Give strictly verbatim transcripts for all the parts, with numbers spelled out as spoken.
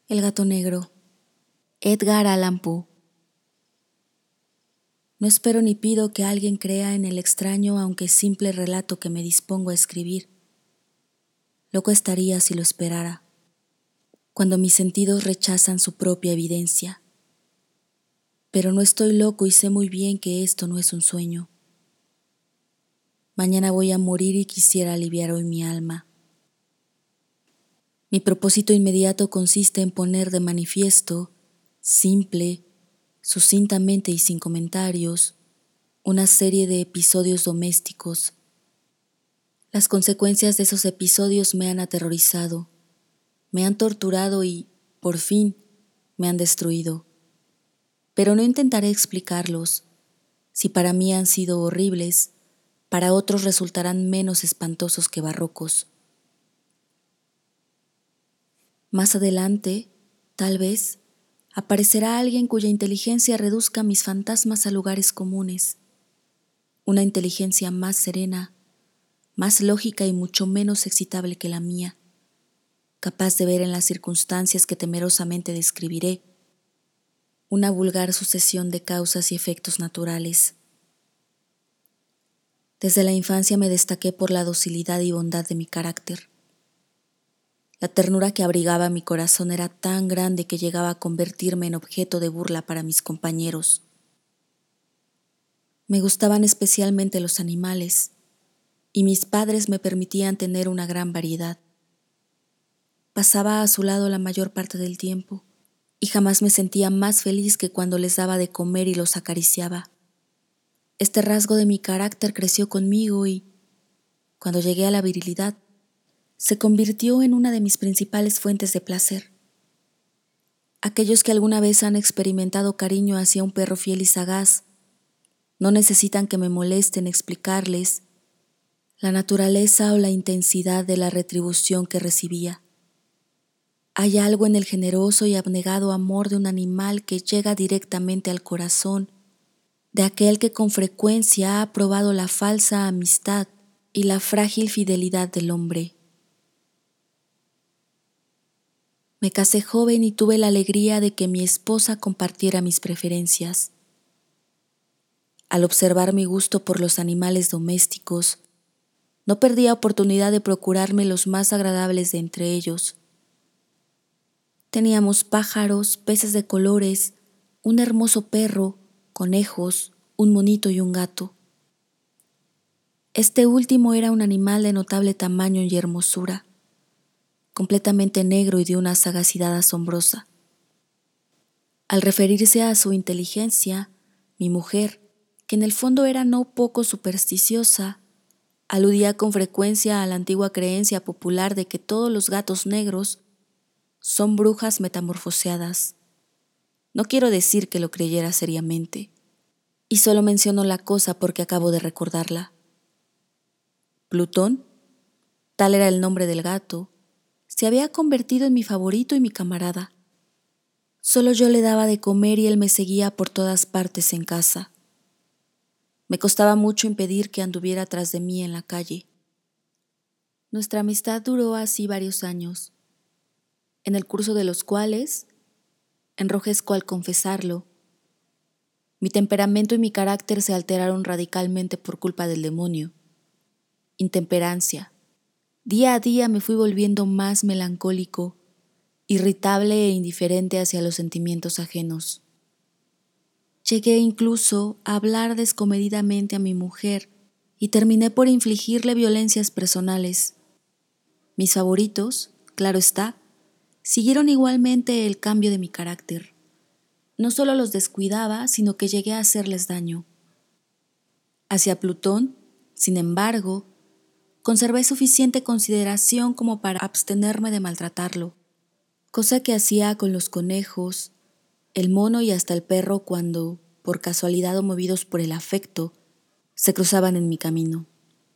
El gato negro. Edgar Allan Poe. No espero ni pido que alguien crea en el extraño aunque simple relato que me dispongo a escribir. Loco estaría si lo esperara, cuando mis sentidos rechazan su propia evidencia. Pero no estoy loco y sé muy bien que esto no es un sueño. Mañana voy a morir y quisiera aliviar hoy mi alma. Mi propósito inmediato consiste en poner de manifiesto, simple, sucintamente y sin comentarios, una serie de episodios domésticos. Las consecuencias de esos episodios me han aterrorizado, me han torturado y, por fin, me han destruido. Pero no intentaré explicarlos. Si para mí han sido horribles, para otros resultarán menos espantosos que barrocos. Más adelante, tal vez, aparecerá alguien cuya inteligencia reduzca mis fantasmas a lugares comunes. Una inteligencia más serena, más lógica y mucho menos excitable que la mía, capaz de ver en las circunstancias que temerosamente describiré una vulgar sucesión de causas y efectos naturales. Desde la infancia me destaqué por la docilidad y bondad de mi carácter. La ternura que abrigaba mi corazón era tan grande que llegaba a convertirme en objeto de burla para mis compañeros. Me gustaban especialmente los animales, y mis padres me permitían tener una gran variedad. Pasaba a su lado la mayor parte del tiempo, y jamás me sentía más feliz que cuando les daba de comer y los acariciaba. Este rasgo de mi carácter creció conmigo y, cuando llegué a la virilidad, se convirtió en una de mis principales fuentes de placer. Aquellos que alguna vez han experimentado cariño hacia un perro fiel y sagaz no necesitan que me molesten explicarles la naturaleza o la intensidad de la retribución que recibía. Hay algo en el generoso y abnegado amor de un animal que llega directamente al corazón de aquel que con frecuencia ha probado la falsa amistad y la frágil fidelidad del hombre. Me casé joven y tuve la alegría de que mi esposa compartiera mis preferencias. Al observar mi gusto por los animales domésticos, no perdía oportunidad de procurarme los más agradables de entre ellos. Teníamos pájaros, peces de colores, un hermoso perro, conejos, un monito y un gato. Este último era un animal de notable tamaño y hermosura, completamente negro y de una sagacidad asombrosa. Al referirse a su inteligencia, mi mujer, que en el fondo era no poco supersticiosa, aludía con frecuencia a la antigua creencia popular de que todos los gatos negros son brujas metamorfoseadas. No quiero decir que lo creyera seriamente, y solo menciono la cosa porque acabo de recordarla. Plutón, tal era el nombre del gato, se había convertido en mi favorito y mi camarada. Solo yo le daba de comer y él me seguía por todas partes en casa. Me costaba mucho impedir que anduviera tras de mí en la calle. Nuestra amistad duró así varios años, en el curso de los cuales, enrojezco al confesarlo, mi temperamento y mi carácter se alteraron radicalmente por culpa del demonio. Intemperancia. Día a día me fui volviendo más melancólico, irritable e indiferente hacia los sentimientos ajenos. Llegué incluso a hablar descomedidamente a mi mujer y terminé por infligirle violencias personales. Mis favoritos, claro está, siguieron igualmente el cambio de mi carácter. No solo los descuidaba, sino que llegué a hacerles daño. Hacia Plutón, sin embargo, conservé suficiente consideración como para abstenerme de maltratarlo, cosa que hacía con los conejos, el mono y hasta el perro cuando, por casualidad o movidos por el afecto, se cruzaban en mi camino.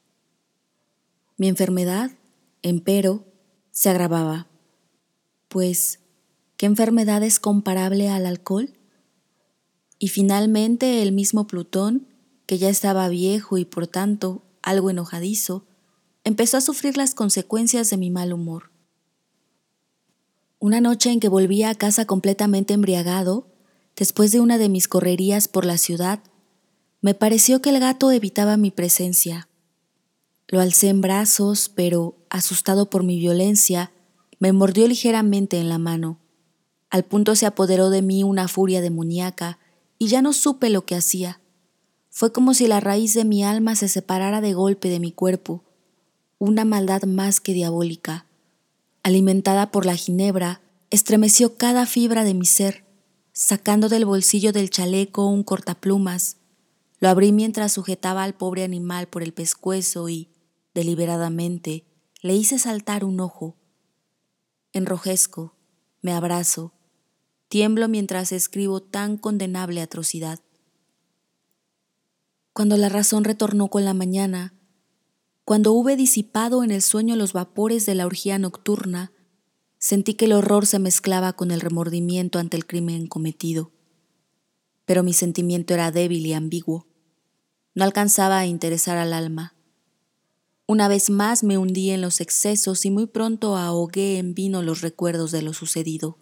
Mi enfermedad, empero, se agravaba, pues, ¿qué enfermedad es comparable al alcohol? Y finalmente el mismo Plutón, que ya estaba viejo y por tanto algo enojadizo, empezó a sufrir las consecuencias de mi mal humor. Una noche en que volvía a casa completamente embriagado, después de una de mis correrías por la ciudad, me pareció que el gato evitaba mi presencia. Lo alcé en brazos, pero, asustado por mi violencia, me mordió ligeramente en la mano. Al punto se apoderó de mí una furia demoníaca y ya no supe lo que hacía. Fue como si la raíz de mi alma se separara de golpe de mi cuerpo, una maldad más que diabólica. Alimentada por la ginebra, estremeció cada fibra de mi ser, sacando del bolsillo del chaleco un cortaplumas. Lo abrí mientras sujetaba al pobre animal por el pescuezo y, deliberadamente, le hice saltar un ojo. Enrojezco, me abrazo, tiemblo mientras escribo tan condenable atrocidad. Cuando la razón retornó con la mañana, cuando hube disipado en el sueño los vapores de la orgía nocturna, sentí que el horror se mezclaba con el remordimiento ante el crimen cometido. Pero mi sentimiento era débil y ambiguo. No alcanzaba a interesar al alma. Una vez más me hundí en los excesos y muy pronto ahogué en vino los recuerdos de lo sucedido.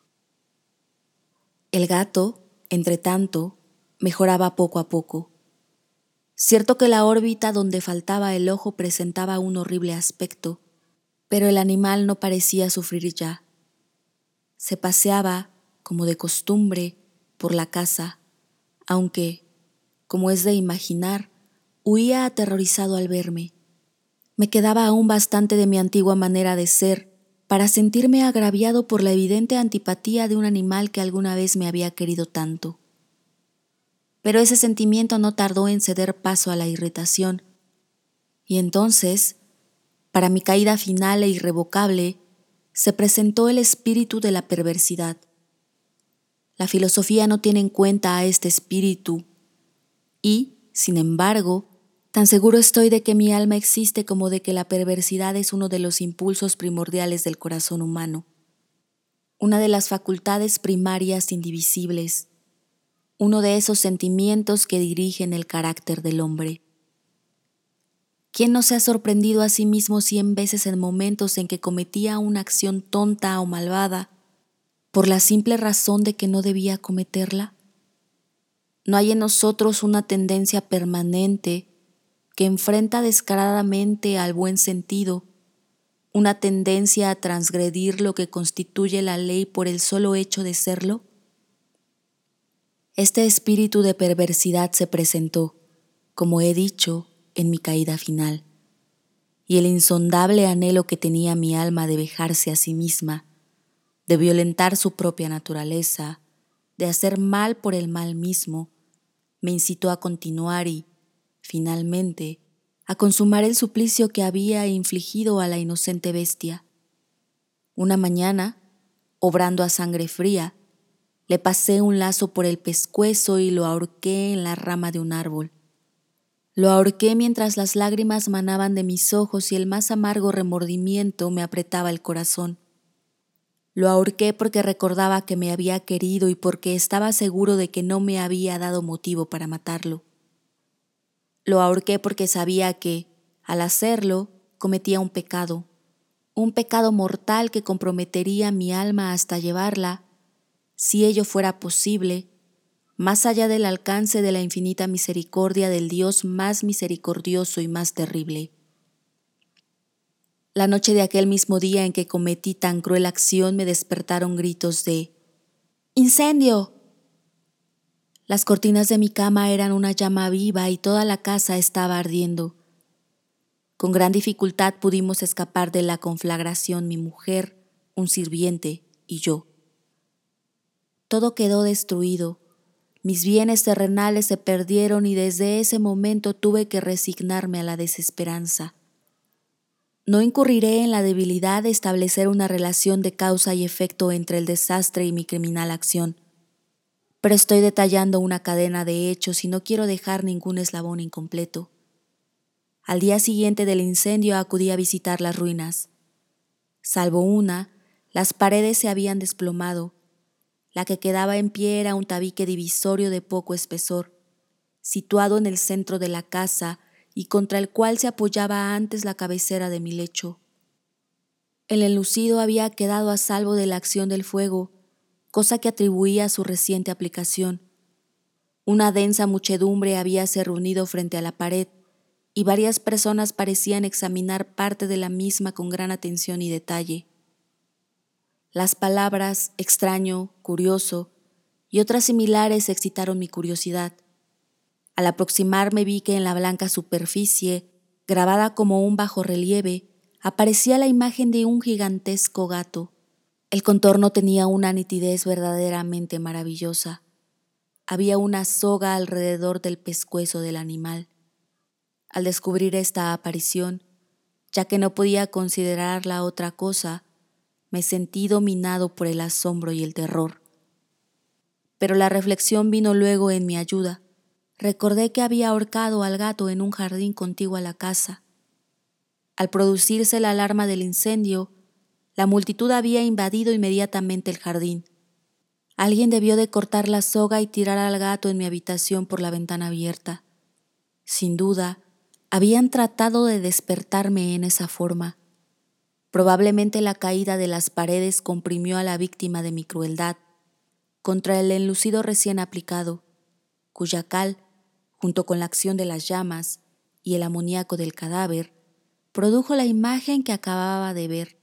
El gato, entre tanto, mejoraba poco a poco. Cierto que la órbita donde faltaba el ojo presentaba un horrible aspecto, pero el animal no parecía sufrir ya. Se paseaba, como de costumbre, por la casa, aunque, como es de imaginar, huía aterrorizado al verme. Me quedaba aún bastante de mi antigua manera de ser para sentirme agraviado por la evidente antipatía de un animal que alguna vez me había querido tanto. Pero ese sentimiento no tardó en ceder paso a la irritación, y entonces, para mi caída final e irrevocable, se presentó el espíritu de la perversidad. La filosofía no tiene en cuenta a este espíritu y, sin embargo, tan seguro estoy de que mi alma existe como de que la perversidad es uno de los impulsos primordiales del corazón humano, una de las facultades primarias indivisibles, uno de esos sentimientos que dirigen el carácter del hombre. ¿Quién no se ha sorprendido a sí mismo cien veces en momentos en que cometía una acción tonta o malvada por la simple razón de que no debía cometerla? ¿No hay en nosotros una tendencia permanente que enfrenta descaradamente al buen sentido, una tendencia a transgredir lo que constituye la ley por el solo hecho de serlo? Este espíritu de perversidad se presentó, como he dicho, en mi caída final, y el insondable anhelo que tenía mi alma de vejarse a sí misma, de violentar su propia naturaleza, de hacer mal por el mal mismo, me incitó a continuar y, finalmente, a consumar el suplicio que había infligido a la inocente bestia. Una mañana, obrando a sangre fría, le pasé un lazo por el pescuezo y lo ahorqué en la rama de un árbol. Lo ahorqué mientras las lágrimas manaban de mis ojos y el más amargo remordimiento me apretaba el corazón. Lo ahorqué porque recordaba que me había querido y porque estaba seguro de que no me había dado motivo para matarlo. Lo ahorqué porque sabía que, al hacerlo, cometía un pecado, un pecado mortal que comprometería mi alma hasta llevarla, si ello fuera posible, más allá del alcance de la infinita misericordia del Dios más misericordioso y más terrible. La noche de aquel mismo día en que cometí tan cruel acción me despertaron gritos de ¡Incendio! Las cortinas de mi cama eran una llama viva y toda la casa estaba ardiendo. Con gran dificultad pudimos escapar de la conflagración mi mujer, un sirviente y yo. Todo quedó destruido. Mis bienes terrenales se perdieron y desde ese momento tuve que resignarme a la desesperanza. No incurriré en la debilidad de establecer una relación de causa y efecto entre el desastre y mi criminal acción, pero estoy detallando una cadena de hechos y no quiero dejar ningún eslabón incompleto. Al día siguiente del incendio acudí a visitar las ruinas. Salvo una, las paredes se habían desplomado. La que quedaba en pie era un tabique divisorio de poco espesor, situado en el centro de la casa y contra el cual se apoyaba antes la cabecera de mi lecho. El enlucido había quedado a salvo de la acción del fuego, cosa que atribuía a su reciente aplicación. Una densa muchedumbre habíase reunido frente a la pared y varias personas parecían examinar parte de la misma con gran atención y detalle. Las palabras extraño, curioso y otras similares excitaron mi curiosidad. Al aproximarme vi que en la blanca superficie, grabada como un bajorrelieve, aparecía la imagen de un gigantesco gato. El contorno tenía una nitidez verdaderamente maravillosa. Había una soga alrededor del pescuezo del animal. Al descubrir esta aparición, ya que no podía considerarla otra cosa, me sentí dominado por el asombro y el terror. Pero la reflexión vino luego en mi ayuda. Recordé que había ahorcado al gato en un jardín contiguo a la casa. Al producirse la alarma del incendio, la multitud había invadido inmediatamente el jardín. Alguien debió de cortar la soga y tirar al gato en mi habitación por la ventana abierta. Sin duda, habían tratado de despertarme en esa forma. Probablemente la caída de las paredes comprimió a la víctima de mi crueldad contra el enlucido recién aplicado, cuya cal, junto con la acción de las llamas y el amoníaco del cadáver, produjo la imagen que acababa de ver.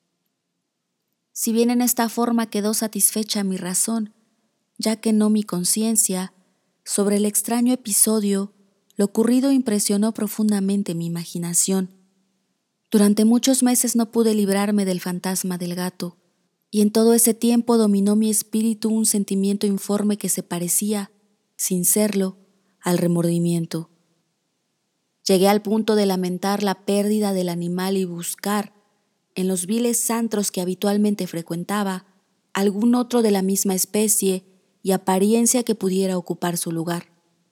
Si bien en esta forma quedó satisfecha mi razón, ya que no mi conciencia, sobre el extraño episodio, lo ocurrido impresionó profundamente mi imaginación. Durante muchos meses no pude librarme del fantasma del gato, y en todo ese tiempo dominó mi espíritu un sentimiento informe que se parecía, sin serlo, al remordimiento. Llegué al punto de lamentar la pérdida del animal y buscar, en los viles antros que habitualmente frecuentaba, algún otro de la misma especie y apariencia que pudiera ocupar su lugar.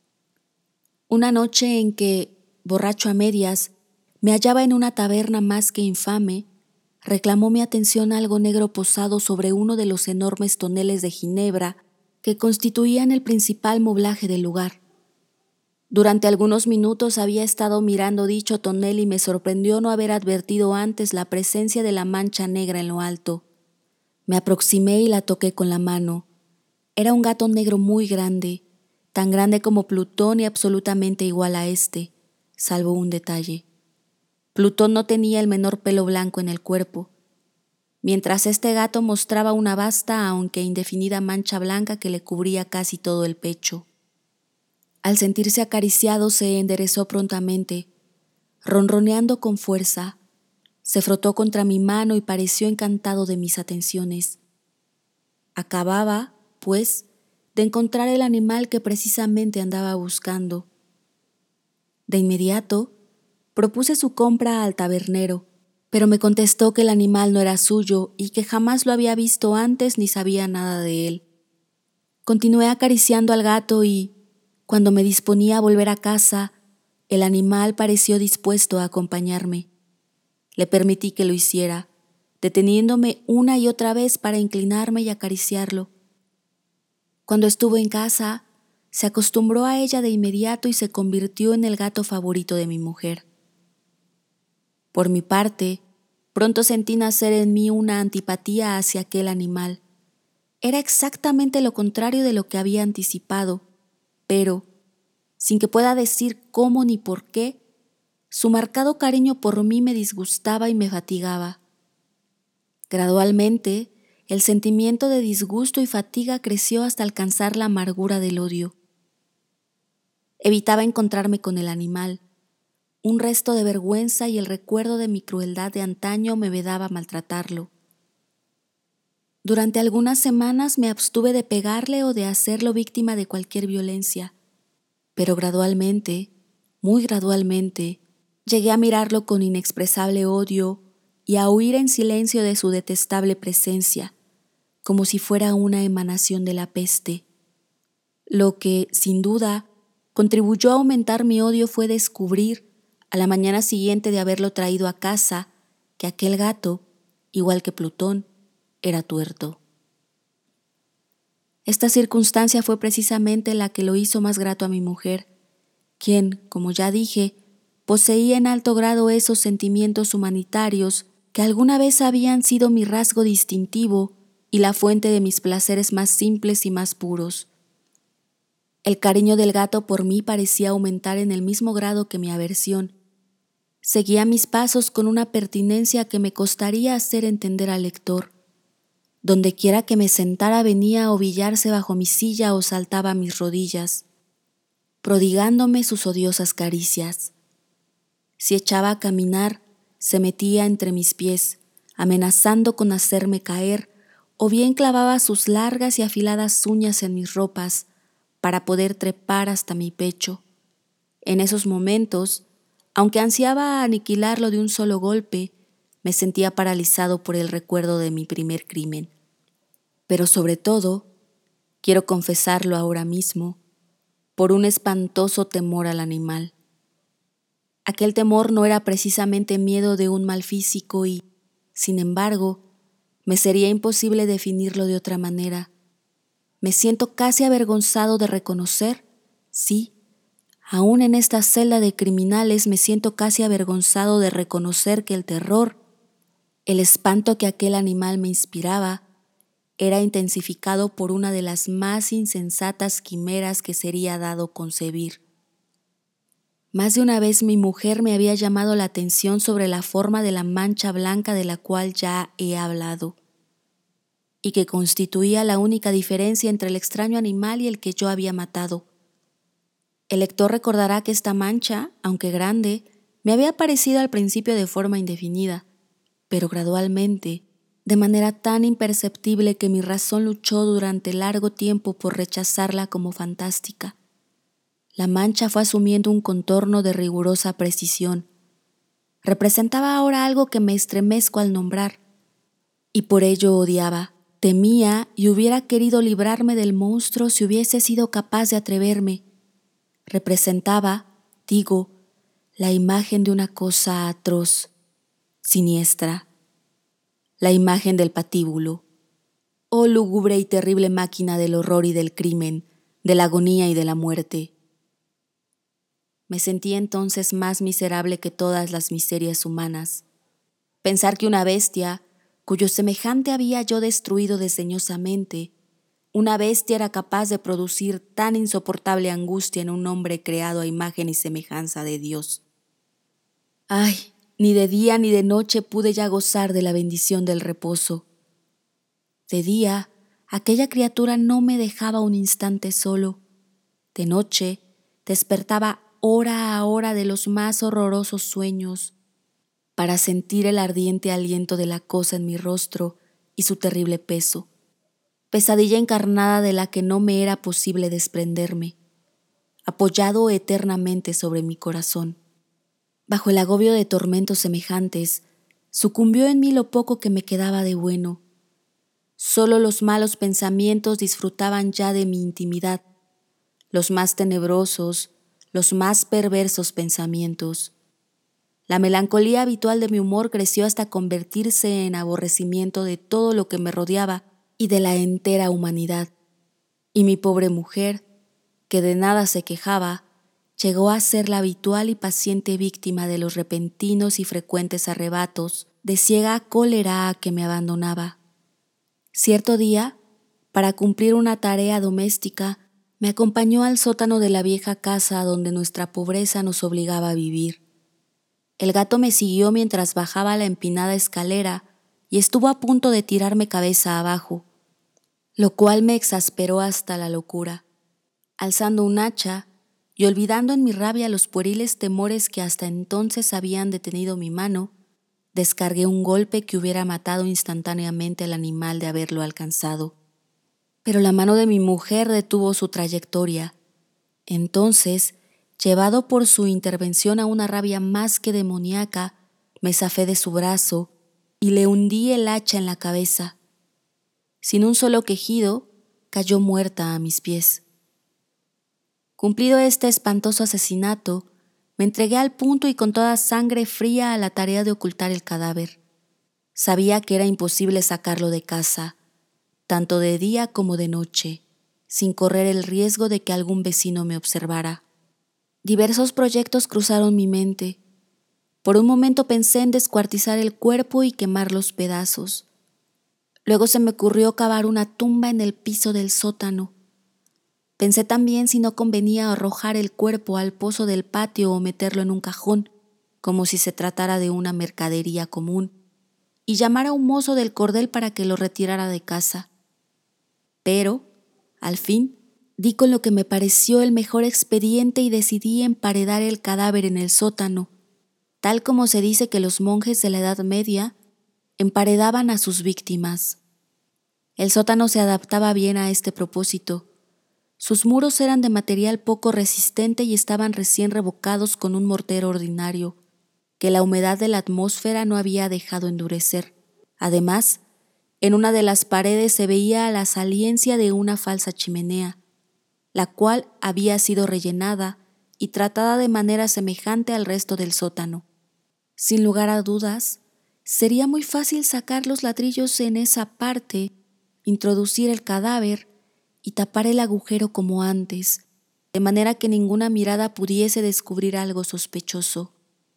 Una noche en que, borracho a medias, me hallaba en una taberna más que infame, reclamó mi atención algo negro posado sobre uno de los enormes toneles de ginebra que constituían el principal moblaje del lugar. Durante algunos minutos había estado mirando dicho tonel y me sorprendió no haber advertido antes la presencia de la mancha negra en lo alto. Me aproximé y la toqué con la mano. Era un gato negro muy grande, tan grande como Plutón y absolutamente igual a este, salvo un detalle. Plutón no tenía el menor pelo blanco en el cuerpo, mientras este gato mostraba una vasta aunque indefinida mancha blanca que le cubría casi todo el pecho. Al sentirse acariciado se enderezó prontamente, ronroneando con fuerza, se frotó contra mi mano y pareció encantado de mis atenciones. Acababa, pues, de encontrar el animal que precisamente andaba buscando. De inmediato, propuse su compra al tabernero, pero me contestó que el animal no era suyo y que jamás lo había visto antes ni sabía nada de él. Continué acariciando al gato y, cuando me disponía a volver a casa, el animal pareció dispuesto a acompañarme. Le permití que lo hiciera, deteniéndome una y otra vez para inclinarme y acariciarlo. Cuando estuvo en casa, se acostumbró a ella de inmediato y se convirtió en el gato favorito de mi mujer. Por mi parte, pronto sentí nacer en mí una antipatía hacia aquel animal. Era exactamente lo contrario de lo que había anticipado, pero, sin que pueda decir cómo ni por qué, su marcado cariño por mí me disgustaba y me fatigaba. Gradualmente, el sentimiento de disgusto y fatiga creció hasta alcanzar la amargura del odio. Evitaba encontrarme con el animal. Un resto de vergüenza y el recuerdo de mi crueldad de antaño me vedaba maltratarlo. Durante algunas semanas me abstuve de pegarle o de hacerlo víctima de cualquier violencia, pero gradualmente, muy gradualmente, llegué a mirarlo con inexpresable odio y a huir en silencio de su detestable presencia, como si fuera una emanación de la peste. Lo que, sin duda, contribuyó a aumentar mi odio fue descubrir, a la mañana siguiente de haberlo traído a casa, que aquel gato, igual que Plutón, era tuerto. Esta circunstancia fue precisamente la que lo hizo más grato a mi mujer, quien, como ya dije, poseía en alto grado esos sentimientos humanitarios que alguna vez habían sido mi rasgo distintivo y la fuente de mis placeres más simples y más puros. El cariño del gato por mí parecía aumentar en el mismo grado que mi aversión. Seguía mis pasos con una pertinencia que me costaría hacer entender al lector. Dondequiera que me sentara venía a ovillarse bajo mi silla o saltaba a mis rodillas, prodigándome sus odiosas caricias. Si echaba a caminar, se metía entre mis pies, amenazando con hacerme caer, o bien clavaba sus largas y afiladas uñas en mis ropas para poder trepar hasta mi pecho. En esos momentos, aunque ansiaba aniquilarlo de un solo golpe, me sentía paralizado por el recuerdo de mi primer crimen. Pero sobre todo, quiero confesarlo ahora mismo, por un espantoso temor al animal. Aquel temor no era precisamente miedo de un mal físico y, sin embargo, me sería imposible definirlo de otra manera. Me siento casi avergonzado de reconocer, sí, aún en esta celda de criminales me siento casi avergonzado de reconocer que el terror, el espanto que aquel animal me inspiraba, era intensificado por una de las más insensatas quimeras que sería dado concebir. Más de una vez mi mujer me había llamado la atención sobre la forma de la mancha blanca de la cual ya he hablado, y que constituía la única diferencia entre el extraño animal y el que yo había matado. El lector recordará que esta mancha, aunque grande, me había aparecido al principio de forma indefinida, pero gradualmente, de manera tan imperceptible que mi razón luchó durante largo tiempo por rechazarla como fantástica. La mancha fue asumiendo un contorno de rigurosa precisión. Representaba ahora algo que me estremezco al nombrar, y por ello odiaba, temía y hubiera querido librarme del monstruo si hubiese sido capaz de atreverme. Representaba, digo, la imagen de una cosa atroz, siniestra, la imagen del patíbulo. Oh lúgubre y terrible máquina del horror y del crimen, de la agonía y de la muerte. Me sentí entonces más miserable que todas las miserias humanas. Pensar que una bestia, cuyo semejante había yo destruido desdeñosamente, una bestia era capaz de producir tan insoportable angustia en un hombre creado a imagen y semejanza de Dios. Ay, ni de día ni de noche pude ya gozar de la bendición del reposo. De día, aquella criatura no me dejaba un instante solo. De noche, despertaba hora a hora de los más horrorosos sueños, para sentir el ardiente aliento de la cosa en mi rostro y su terrible peso, pesadilla encarnada de la que no me era posible desprenderme, apoyado eternamente sobre mi corazón. Bajo el agobio de tormentos semejantes, sucumbió en mí lo poco que me quedaba de bueno. Solo los malos pensamientos disfrutaban ya de mi intimidad, los más tenebrosos, los más perversos pensamientos. La melancolía habitual de mi humor creció hasta convertirse en aborrecimiento de todo lo que me rodeaba y de la entera humanidad. Y mi pobre mujer, que de nada se quejaba, llegó a ser la habitual y paciente víctima de los repentinos y frecuentes arrebatos de ciega cólera que me abandonaba. Cierto día, para cumplir una tarea doméstica, me acompañó al sótano de la vieja casa donde nuestra pobreza nos obligaba a vivir. El gato me siguió mientras bajaba la empinada escalera y estuvo a punto de tirarme cabeza abajo, lo cual me exasperó hasta la locura. Alzando un hacha y olvidando en mi rabia los pueriles temores que hasta entonces habían detenido mi mano, descargué un golpe que hubiera matado instantáneamente al animal de haberlo alcanzado. Pero la mano de mi mujer detuvo su trayectoria. Entonces, llevado por su intervención a una rabia más que demoníaca, me zafé de su brazo y le hundí el hacha en la cabeza. Sin un solo quejido, cayó muerta a mis pies. Cumplido este espantoso asesinato, me entregué al punto y con toda sangre fría a la tarea de ocultar el cadáver. Sabía que era imposible sacarlo de casa, tanto de día como de noche, sin correr el riesgo de que algún vecino me observara. Diversos proyectos cruzaron mi mente. Por un momento pensé en descuartizar el cuerpo y quemar los pedazos. Luego se me ocurrió cavar una tumba en el piso del sótano. Pensé también si no convenía arrojar el cuerpo al pozo del patio o meterlo en un cajón, como si se tratara de una mercadería común, y llamar a un mozo del cordel para que lo retirara de casa. Pero, al fin, di con lo que me pareció el mejor expediente y decidí emparedar el cadáver en el sótano, tal como se dice que los monjes de la Edad Media emparedaban a sus víctimas. El sótano se adaptaba bien a este propósito. Sus muros eran de material poco resistente y estaban recién revocados con un mortero ordinario, que la humedad de la atmósfera no había dejado endurecer. Además, en una de las paredes se veía la saliencia de una falsa chimenea, la cual había sido rellenada y tratada de manera semejante al resto del sótano. Sin lugar a dudas, sería muy fácil sacar los ladrillos en esa parte, introducir el cadáver y tapar el agujero como antes, de manera que ninguna mirada pudiese descubrir algo sospechoso.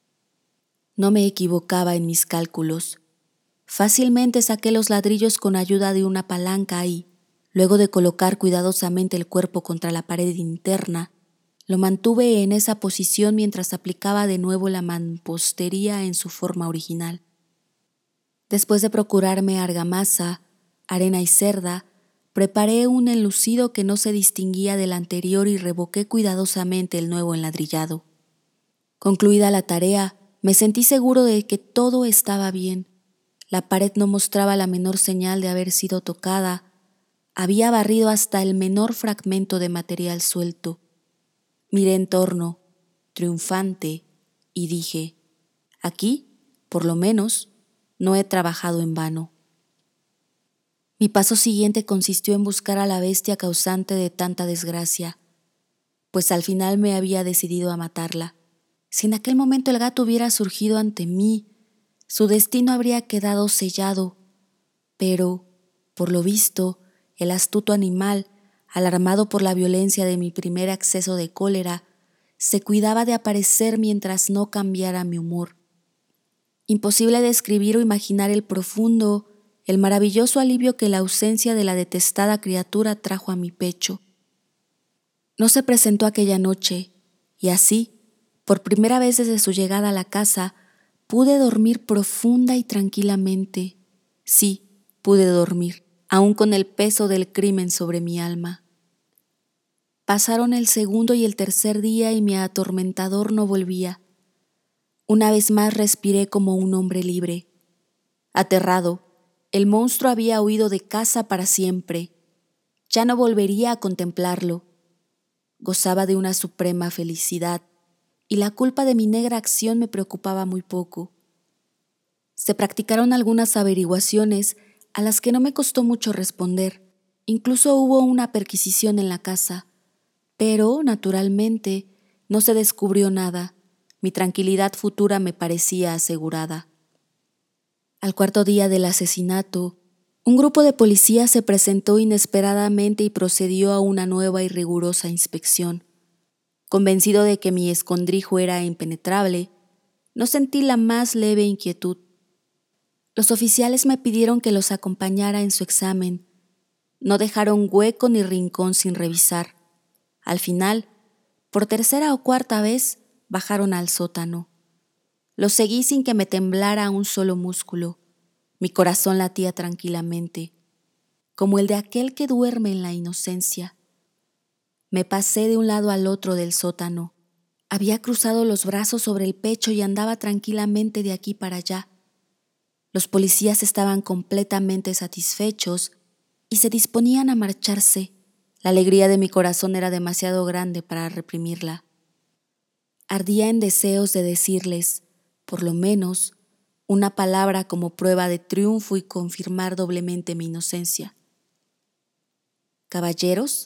No me equivocaba en mis cálculos. Fácilmente saqué los ladrillos con ayuda de una palanca y, luego de colocar cuidadosamente el cuerpo contra la pared interna, lo mantuve en esa posición mientras aplicaba de nuevo la mampostería en su forma original. Después de procurarme argamasa, arena y cerda, preparé un enlucido que no se distinguía del anterior y revoqué cuidadosamente el nuevo enladrillado. Concluida la tarea, me sentí seguro de que todo estaba bien. La pared no mostraba la menor señal de haber sido tocada. Había barrido hasta el menor fragmento de material suelto. Miré en torno, triunfante, y dije, aquí, por lo menos, no he trabajado en vano. Mi paso siguiente consistió en buscar a la bestia causante de tanta desgracia, pues al final me había decidido a matarla. Si en aquel momento el gato hubiera surgido ante mí, su destino habría quedado sellado, pero, por lo visto, el astuto animal, alarmado por la violencia de mi primer acceso de cólera, se cuidaba de aparecer mientras no cambiara mi humor. Imposible describir o imaginar el profundo, el maravilloso alivio que la ausencia de la detestada criatura trajo a mi pecho. No se presentó aquella noche, y así, por primera vez desde su llegada a la casa, pude dormir profunda y tranquilamente. Sí, pude dormir, aún con el peso del crimen sobre mi alma. Pasaron el segundo y el tercer día y mi atormentador no volvía. Una vez más respiré como un hombre libre. Aterrado, el monstruo había huido de casa para siempre. Ya no volvería a contemplarlo. Gozaba de una suprema felicidad, y la culpa de mi negra acción me preocupaba muy poco. Se practicaron algunas averiguaciones a las que no me costó mucho responder. Incluso hubo una perquisición en la casa, pero, naturalmente, no se descubrió nada. Mi tranquilidad futura me parecía asegurada. Al cuarto día del asesinato, un grupo de policías se presentó inesperadamente y procedió a una nueva y rigurosa inspección. Convencido de que mi escondrijo era impenetrable, no sentí la más leve inquietud. Los oficiales me pidieron que los acompañara en su examen. No dejaron hueco ni rincón sin revisar. Al final, por tercera o cuarta vez, bajaron al sótano. Los seguí sin que me temblara un solo músculo. Mi corazón latía tranquilamente, como el de aquel que duerme en la inocencia. Me pasé de un lado al otro del sótano. Había cruzado los brazos sobre el pecho y andaba tranquilamente de aquí para allá. Los policías estaban completamente satisfechos y se disponían a marcharse. La alegría de mi corazón era demasiado grande para reprimirla. Ardía en deseos de decirles, por lo menos, una palabra como prueba de triunfo y confirmar doblemente mi inocencia. «Caballeros»,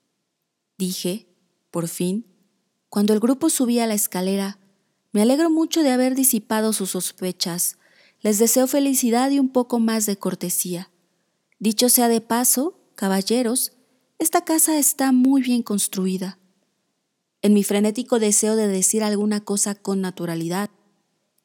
dije, por fin, cuando el grupo subía la escalera, me alegro mucho de haber disipado sus sospechas. Les deseo felicidad y un poco más de cortesía. Dicho sea de paso, caballeros, esta casa está muy bien construida. En mi frenético deseo de decir alguna cosa con naturalidad,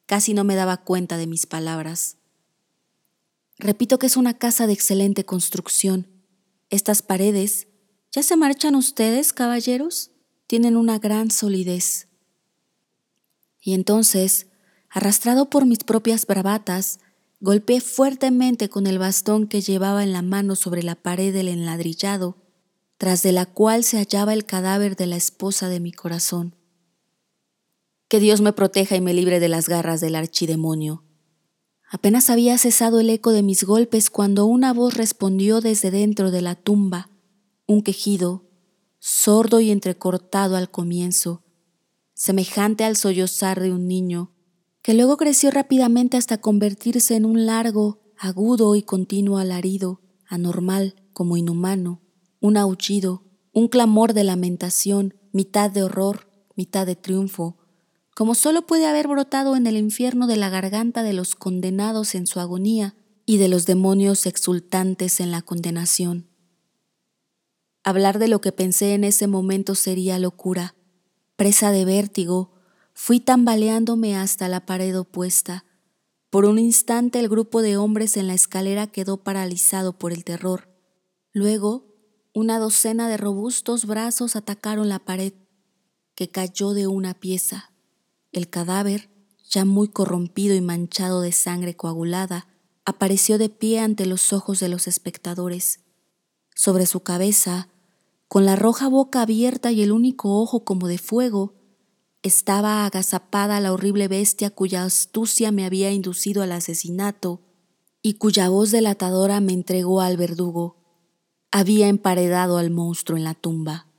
Casi no me daba cuenta de mis palabras. Repito que es una casa de excelente construcción. Estas paredes, ¿ya se marchan ustedes, caballeros? Tienen una gran solidez. Y entonces, arrastrado por mis propias bravatas, golpeé fuertemente con el bastón que llevaba en la mano sobre la pared del enladrillado, tras de la cual se hallaba el cadáver de la esposa de mi corazón. Que Dios me proteja y me libre de las garras del archidemonio. Apenas había cesado el eco de mis golpes cuando una voz respondió desde dentro de la tumba, un quejido, sordo y entrecortado al comienzo, semejante al sollozar de un niño, que luego creció rápidamente hasta convertirse en un largo, agudo y continuo alarido, anormal como inhumano, un aullido, un clamor de lamentación, mitad de horror, mitad de triunfo, como solo puede haber brotado en el infierno de la garganta de los condenados en su agonía y de los demonios exultantes en la condenación. Hablar de lo que pensé en ese momento sería locura. Presa de vértigo, fui tambaleándome hasta la pared opuesta. Por un instante el grupo de hombres en la escalera quedó paralizado por el terror. Luego, una docena de robustos brazos atacaron la pared, que cayó de una pieza. El cadáver, ya muy corrompido y manchado de sangre coagulada, apareció de pie ante los ojos de los espectadores. Sobre su cabeza, con la roja boca abierta y el único ojo como de fuego, estaba agazapada la horrible bestia cuya astucia me había inducido al asesinato y cuya voz delatadora me entregó al verdugo. Había emparedado al monstruo en la tumba.